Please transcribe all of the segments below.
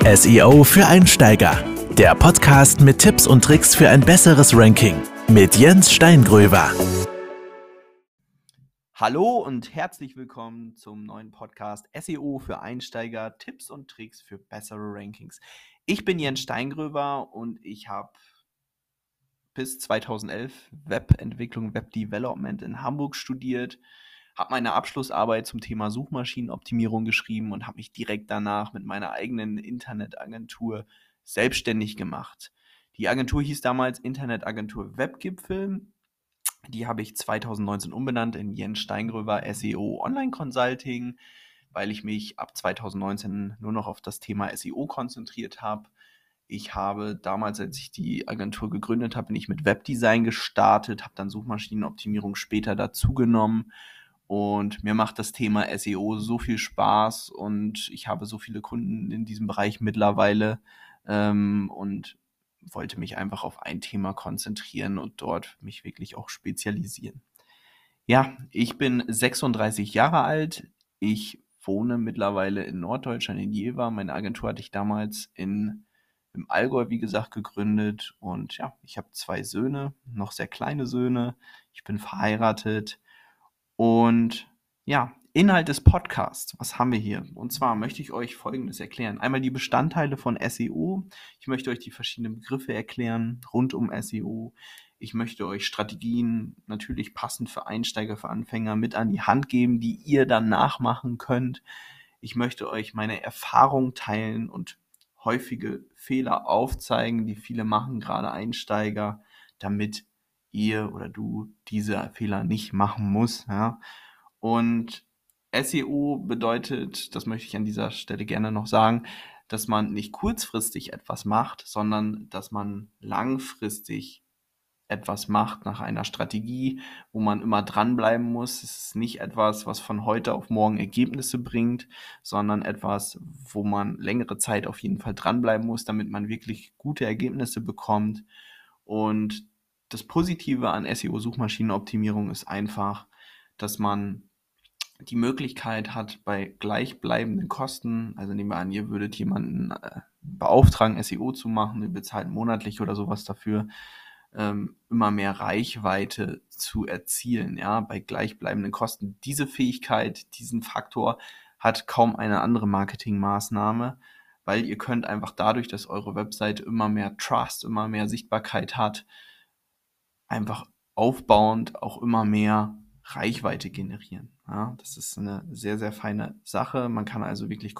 SEO für Einsteiger. Der Podcast mit Tipps und Tricks für ein besseres Ranking mit Jens Steingröber. Hallo und herzlich willkommen zum neuen Podcast SEO für Einsteiger, Tipps und Tricks für bessere Rankings. Ich bin Jens Steingröber und ich habe bis 2011 Webentwicklung, Webdevelopment in Hamburg studiert, habe meine Abschlussarbeit zum Thema Suchmaschinenoptimierung geschrieben und habe mich direkt danach mit meiner eigenen Internetagentur selbstständig gemacht. Die Agentur hieß damals Internetagentur Webgipfel. Die habe ich 2019 umbenannt in Jens Steingröber SEO Online Consulting, weil ich mich ab 2019 nur noch auf das Thema SEO konzentriert habe. Ich habe damals, als ich die Agentur gegründet habe, bin ich mit Webdesign gestartet, habe dann Suchmaschinenoptimierung später dazugenommen. Und mir macht das Thema SEO so viel Spaß und ich habe so viele Kunden in diesem Bereich mittlerweile und wollte mich einfach auf ein Thema konzentrieren und dort mich wirklich auch spezialisieren. Ja, ich bin 36 Jahre alt. Ich wohne mittlerweile in Norddeutschland, in Jever. Meine Agentur hatte ich damals im Allgäu, wie gesagt, gegründet. Und ja, ich habe 2 Söhne, noch sehr kleine Söhne. Ich bin verheiratet. Und ja, Inhalt des Podcasts, was haben wir hier? Und zwar möchte ich euch Folgendes erklären. Einmal die Bestandteile von SEO. Ich möchte euch die verschiedenen Begriffe erklären rund um SEO. Ich möchte euch Strategien, natürlich passend für Einsteiger, für Anfänger, mit an die Hand geben, die ihr dann nachmachen könnt. Ich möchte euch meine Erfahrung teilen und häufige Fehler aufzeigen, die viele machen, gerade Einsteiger, damit ihr oder du diese Fehler nicht machen musst. Ja. Und SEO bedeutet, das möchte ich an dieser Stelle gerne noch sagen, dass man nicht kurzfristig etwas macht, sondern dass man langfristig etwas macht nach einer Strategie, wo man immer dranbleiben muss. Es ist nicht etwas, was von heute auf morgen Ergebnisse bringt, sondern etwas, wo man längere Zeit auf jeden Fall dranbleiben muss, damit man wirklich gute Ergebnisse bekommt. Und das Positive an SEO-Suchmaschinenoptimierung ist einfach, dass man die Möglichkeit hat, bei gleichbleibenden Kosten, also nehmen wir an, ihr würdet jemanden beauftragen, SEO zu machen, ihr bezahlt monatlich oder sowas dafür, immer mehr Reichweite zu erzielen, ja, bei gleichbleibenden Kosten. Diese Fähigkeit, diesen Faktor hat kaum eine andere Marketingmaßnahme, weil ihr könnt einfach dadurch, dass eure Webseite immer mehr Trust, immer mehr Sichtbarkeit hat, einfach aufbauend auch immer mehr Reichweite generieren. Ja, das ist eine sehr, sehr feine Sache. Man kann also wirklich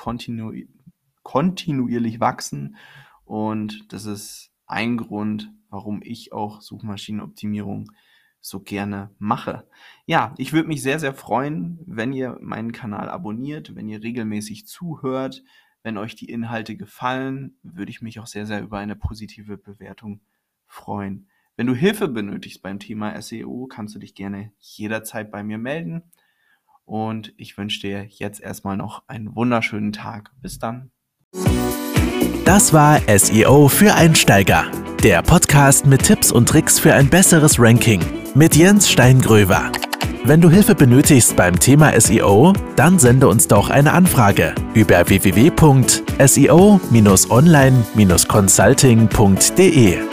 kontinuierlich wachsen und das ist ein Grund, warum ich auch Suchmaschinenoptimierung so gerne mache. Ja, ich würde mich sehr, sehr freuen, wenn ihr meinen Kanal abonniert, wenn ihr regelmäßig zuhört. Wenn euch die Inhalte gefallen, würde ich mich auch sehr, sehr über eine positive Bewertung freuen. Wenn du Hilfe benötigst beim Thema SEO, kannst du dich gerne jederzeit bei mir melden. Und ich wünsche dir jetzt erstmal noch einen wunderschönen Tag. Bis dann. Das war SEO für Einsteiger. Der Podcast mit Tipps und Tricks für ein besseres Ranking mit Jens Steingröber. Wenn du Hilfe benötigst beim Thema SEO, dann sende uns doch eine Anfrage über www.seo-online-consulting.de.